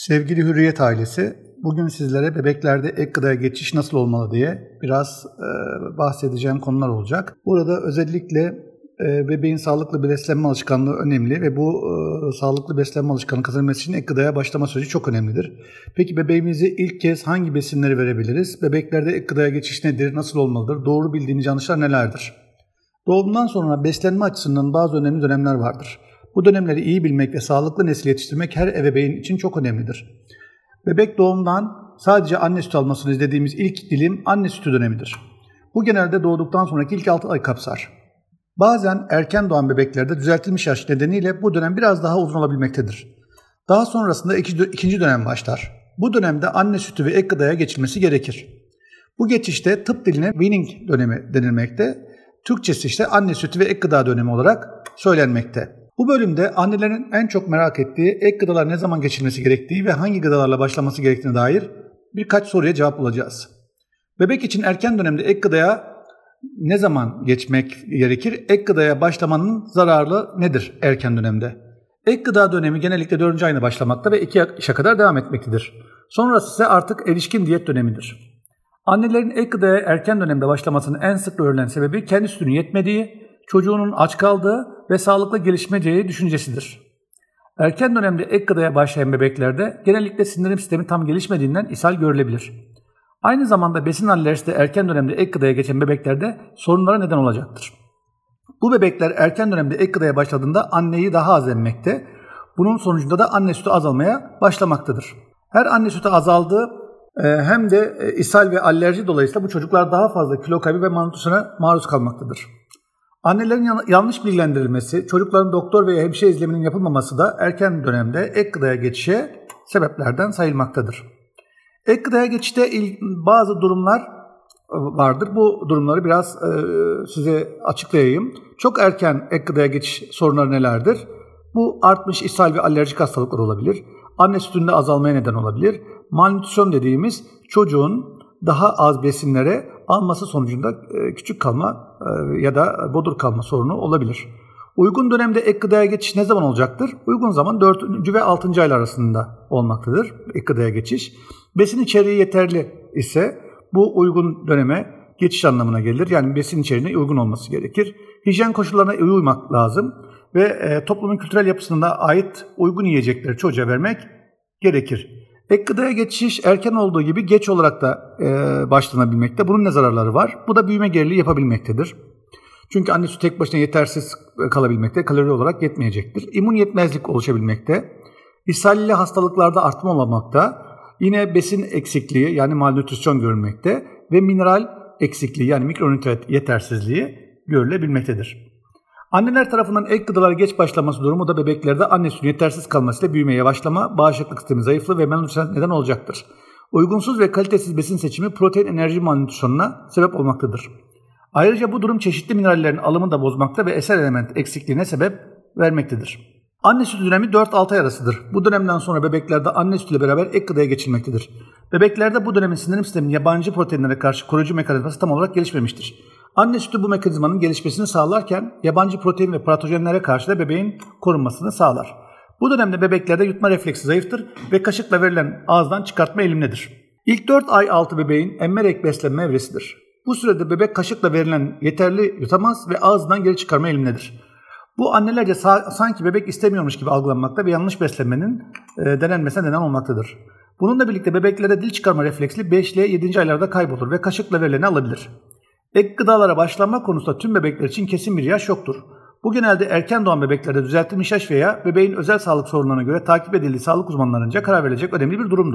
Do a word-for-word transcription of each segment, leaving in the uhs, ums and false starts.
Sevgili Hürriyet ailesi, bugün sizlere bebeklerde ek gıdaya geçiş nasıl olmalı diye biraz e, bahsedeceğim konular olacak. Burada özellikle e, bebeğin sağlıklı beslenme alışkanlığı önemli ve bu e, sağlıklı beslenme alışkanlığı kazanılması için ek gıdaya başlama süreci çok önemlidir. Peki bebeğimize ilk kez hangi besinleri verebiliriz? Bebeklerde ek gıdaya geçiş nedir, nasıl olmalıdır? Doğru bildiğimiz yanlışlar nelerdir? Doğumdan sonra beslenme açısından bazı önemli dönemler vardır. Bu dönemleri iyi bilmek ve sağlıklı nesil yetiştirmek her ebeveyn için çok önemlidir. Bebek doğumdan sadece anne sütü almasını izlediğimiz ilk dilim anne sütü dönemidir. Bu genelde doğduktan sonraki ilk altı ay kapsar. Bazen erken doğan bebeklerde düzeltilmiş yaş nedeniyle bu dönem biraz daha uzun olabilmektedir. Daha sonrasında ikinci dönem başlar. Bu dönemde anne sütü ve ek gıdaya geçilmesi gerekir. Bu geçişte tıp diline weaning dönemi denilmekte, Türkçesi işte anne sütü ve ek gıda dönemi olarak söylenmekte. Bu bölümde annelerin en çok merak ettiği ek gıdalar ne zaman geçilmesi gerektiği ve hangi gıdalarla başlaması gerektiğine dair birkaç soruya cevap bulacağız. Bebek için erken dönemde ek gıdaya ne zaman geçmek gerekir? Ek gıdaya başlamanın zararlı nedir erken dönemde? Ek gıda dönemi genellikle dördüncü ayına başlamakta ve iki yaşa kadar devam etmektedir. Sonrası ise artık erişkin diyet dönemidir. Annelerin ek gıdaya erken dönemde başlamasının en sık görülen sebebi kendi sütünün yetmediği, çocuğunun aç kaldığı ve sağlıklı gelişmeyeceği düşüncesidir. Erken dönemde ek gıdaya başlayan bebeklerde genellikle sindirim sistemi tam gelişmediğinden ishal görülebilir. Aynı zamanda besin alerjisi de erken dönemde ek gıdaya geçen bebeklerde sorunlara neden olacaktır. Bu bebekler erken dönemde ek gıdaya başladığında anneyi daha az emmekte, bunun sonucunda da anne sütü azalmaya başlamaktadır. Her anne sütü azaldığı hem de ishal ve alerji dolayısıyla bu çocuklar daha fazla kilo kaybı ve malnutrisyona maruz kalmaktadır. Annelerin yanlış bilgilendirilmesi, çocukların doktor veya hemşire izleminin yapılmaması da erken dönemde ek gıdaya geçişe sebeplerden sayılmaktadır. Ek gıdaya geçişte bazı durumlar vardır. Bu durumları biraz e, size açıklayayım. Çok erken ek gıdaya geçiş sorunları nelerdir? Bu artmış ishal ve alerjik hastalıklar olabilir. Anne sütünde azalmaya neden olabilir. Malnutrisyon dediğimiz çocuğun daha az besinlere alması sonucunda küçük kalma ya da bodur kalma sorunu olabilir. Uygun dönemde ek gıdaya geçiş ne zaman olacaktır? Uygun zaman dördüncü ve altıncı aylar arasında olmaktadır ek gıdaya geçiş. Besin içeriği yeterli ise bu uygun döneme geçiş anlamına gelir. Yani besin içeriğine uygun olması gerekir. Hijyen koşullarına uymak lazım ve toplumun kültürel yapısına ait uygun yiyecekleri çocuğa vermek gerekir. Ek gıdaya geçiş erken olduğu gibi geç olarak da e, başlanabilmekte. Bunun ne zararları var? Bu da büyüme geriliği yapabilmektedir. Çünkü anne sütü tek başına yetersiz kalabilmekte, kalori olarak yetmeyecektir. İmmün yetmezlik oluşabilmekte. İshalli hastalıklarda artma olmakta. Yine besin eksikliği yani malnutrisyon görülmekte ve mineral eksikliği yani mikronütriyent yetersizliği görülebilmektedir. Anneler tarafından ek gıdalara geç başlaması durumu da bebeklerde anne sütünün yetersiz kalmasıyla büyümeye yavaşlama, bağışıklık sistemi zayıflığı ve malnutrisyona neden olacaktır. Uygunsuz ve kalitesiz besin seçimi protein enerji malnutrisyonuna sebep olmaktadır. Ayrıca bu durum çeşitli minerallerin alımını da bozmakta ve eser element eksikliğine sebep vermektedir. Anne sütü dönemi dört altı ay arasıdır. Bu dönemden sonra bebeklerde anne sütüyle beraber ek gıdaya geçilmektedir. Bebeklerde bu dönemin sindirim sisteminin yabancı proteinlere karşı koruyucu mekanizması tam olarak gelişmemiştir. Anne sütü bu mekanizmanın gelişmesini sağlarken yabancı protein ve patojenlere karşı da bebeğin korunmasını sağlar. Bu dönemde bebeklerde yutma refleksi zayıftır ve kaşıkla verilen ağızdan çıkartma eğilimindedir. İlk dört ay altı bebeğin emmerek beslenme evresidir. Bu sürede bebek kaşıkla verilen yeterli yutamaz ve ağzından geri çıkarma eğilimindedir. Bu annelerce sa- sanki bebek istemiyormuş gibi algılanmakta ve yanlış beslenmenin e, denenmesine neden olmaktadır. Bununla birlikte bebeklerde dil çıkarma refleksi beş ile yedinci aylarda kaybolur ve kaşıkla verileni alabilir. Ek gıdalara başlanma konusunda tüm bebekler için kesin bir yaş yoktur. Bu genelde erken doğan bebeklerde düzeltilmiş yaş veya bebeğin özel sağlık sorunlarına göre takip edildiği sağlık uzmanlarınca karar verilecek önemli bir durumdur.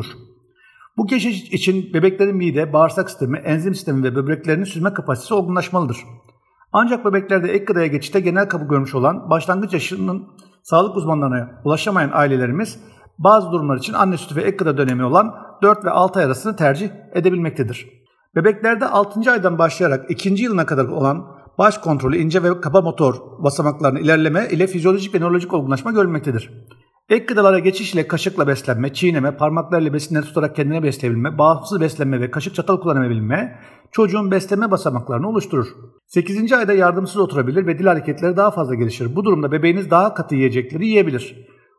Bu geçiş için bebeklerin mide, bağırsak sistemi, enzim sistemi ve böbreklerinin süzme kapasitesi olgunlaşmalıdır. Ancak bebeklerde ek gıdaya geçişte genel kabul görmüş olan başlangıç yaşının sağlık uzmanlarına ulaşamayan ailelerimiz bazı durumlar için anne sütü ve ek gıda dönemi olan dört ve altı ay arasını tercih edebilmektedir. Bebeklerde altıncı aydan başlayarak ikinci yılına kadar olan baş kontrolü, ince ve kaba motor basamaklarını ilerleme ile fizyolojik ve nörolojik olgunlaşma görülmektedir. Ek gıdalara geçiş ile kaşıkla beslenme, çiğneme, parmaklarıyla besinleri tutarak kendine besleyebilme, bağımsız beslenme ve kaşık çatal kullanabilme çocuğun beslenme basamaklarını oluşturur. sekizinci ayda yardımsız oturabilir ve dil hareketleri daha fazla gelişir. Bu durumda bebeğiniz daha katı yiyecekleri yiyebilir.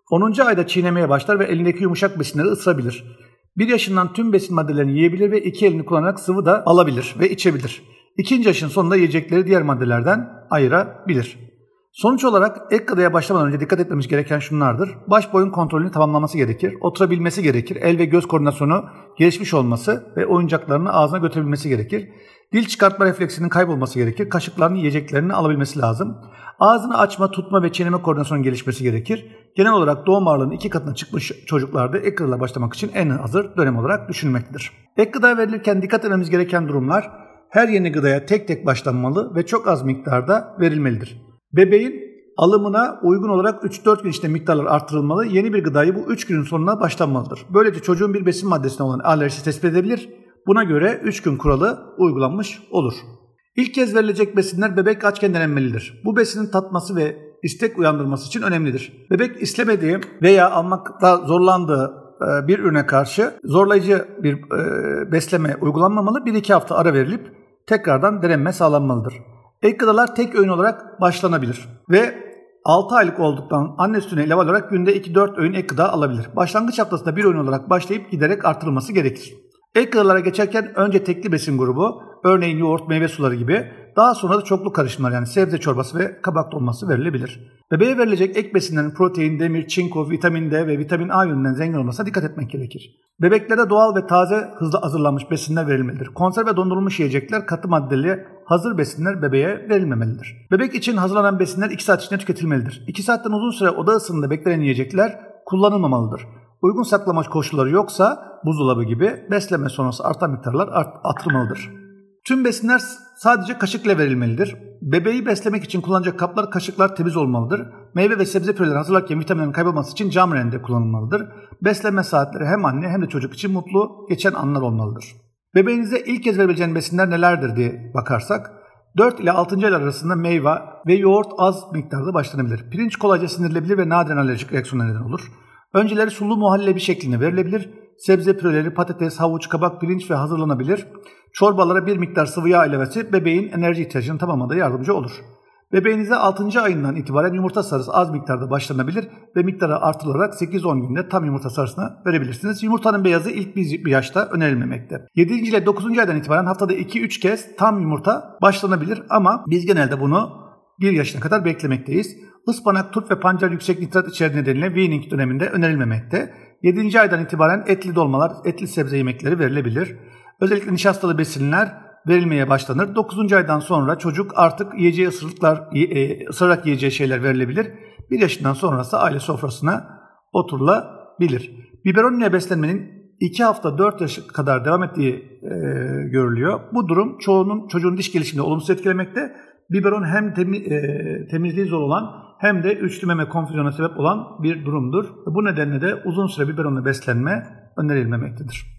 onuncu ayda çiğnemeye başlar ve elindeki yumuşak besinleri ısırabilir. bir yaşından tüm besin maddelerini yiyebilir ve iki elini kullanarak sıvı da alabilir ve içebilir. ikinci yaşın sonunda yiyecekleri diğer maddelerden ayırabilir. Sonuç olarak ek gıdaya başlamadan önce dikkat etmemiz gereken şunlardır. Baş boyun kontrolünü tamamlaması gerekir. Oturabilmesi gerekir. El ve göz koordinasyonu gelişmiş olması ve oyuncaklarını ağzına götürebilmesi gerekir. Dil çıkartma refleksinin kaybolması gerekir. Kaşıklarını, yiyeceklerini alabilmesi lazım. Ağzını açma, tutma ve çiğneme koordinasyonun gelişmesi gerekir. Genel olarak doğum ağırlığının iki katına çıkmış çocuklarda ek gıdayla başlamak için en hazır dönem olarak düşünülmektedir. Ek gıda verilirken dikkat etmemiz gereken durumlar: her yeni gıdaya tek tek başlanmalı ve çok az miktarda verilmelidir. Bebeğin alımına uygun olarak üç dört gün içinde miktarlar artırılmalı. Yeni bir gıdayı bu üç günün sonuna başlanmalıdır. Böylece çocuğun bir besin maddesine olan alerjisi tespit edilebilir. Buna göre üç gün kuralı uygulanmış olur. İlk kez verilecek besinler bebek açken denenmelidir. Bu besinin tatması ve istek uyandırması için önemlidir. Bebek istemediği veya almakta zorlandığı bir ürüne karşı zorlayıcı bir besleme uygulanmamalı. bir iki hafta ara verilip tekrardan denenme sağlanmalıdır. Ek gıdalar tek öğün olarak başlanabilir ve altı aylık olduktan anne sütüne ilave olarak günde iki dört öğün ek gıda alabilir. Başlangıç haftasında bir öğün olarak başlayıp giderek artırılması gerekir. Ek gıdalara geçerken önce tekli besin grubu, örneğin yoğurt, meyve suları gibi, daha sonra da çoklu karışımlar yani sebze çorbası ve kabak dolması verilebilir. Bebeğe verilecek ek besinlerin protein, demir, çinko, vitamin D ve vitamin A yönünden zengin olmasına dikkat etmek gerekir. Bebeklere doğal ve taze hızlı hazırlanmış besinler verilmelidir. Konserve dondurulmuş yiyecekler, katı maddeli hazır besinler bebeğe verilmemelidir. Bebek için hazırlanan besinler iki saat içinde tüketilmelidir. iki saatten uzun süre oda ısısında beklenen yiyecekler kullanılmamalıdır. Uygun saklama koşulları yoksa buzdolabı gibi besleme sonrası artan miktarlar art- artırılmalıdır. Tüm besinler sadece kaşıkla verilmelidir. Bebeği beslemek için kullanacak kaplar, kaşıklar temiz olmalıdır. Meyve ve sebze pürelerini hazırlarken vitaminlerin kaybolması için cam rende kullanılmalıdır. Beslenme saatleri hem anne hem de çocuk için mutlu geçen anlar olmalıdır. Bebeğinize ilk kez verebileceğiniz besinler nelerdir diye bakarsak, dört ile altıncı aylar arasında meyve ve yoğurt az miktarda başlanabilir. Pirinç kolayca sindirilebilir ve nadiren alerjik reaksiyona neden olur. Önceleri sulu muhallebi şeklinde verilebilir. Sebze püreleri, patates, havuç, kabak, pirinç ve hazırlanabilir. Çorbalara bir miktar sıvı yağ ilavesi bebeğin enerji ihtiyacını tamamlamada yardımcı olur. Bebeğinize altıncı ayından itibaren yumurta sarısı az miktarda başlanabilir ve miktarı artırılarak sekiz on günde tam yumurta sarısını verebilirsiniz. Yumurtanın beyazı ilk bir yaşta önerilmemekte. yedinci ile dokuzuncu aydan itibaren haftada iki üç kez tam yumurta başlanabilir ama biz genelde bunu bir yaşına kadar beklemekteyiz. Ispanak, turp ve pancar yüksek nitrat içerdiği nedeniyle weaning döneminde önerilmemekte. yedinci aydan itibaren etli dolmalar, etli sebze yemekleri verilebilir. Özellikle nişastalı besinler verilmeye başlanır. dokuzuncu aydan sonra çocuk artık yiyeceği ısırıklar, ısırarak yiyeceği şeyler verilebilir. bir yaşından sonrası aile sofrasına oturulabilir. Biberon ile beslenmenin iki hafta dört yaş kadar devam ettiği e, görülüyor. Bu durum çoğunun çocuğun diş gelişimini olumsuz etkilemekte. Biberon hem temi, e, temizliği zor olan hem de üçlü meme konfüzyona sebep olan bir durumdur. Bu nedenle de uzun süre biberonla beslenme önerilmemektedir.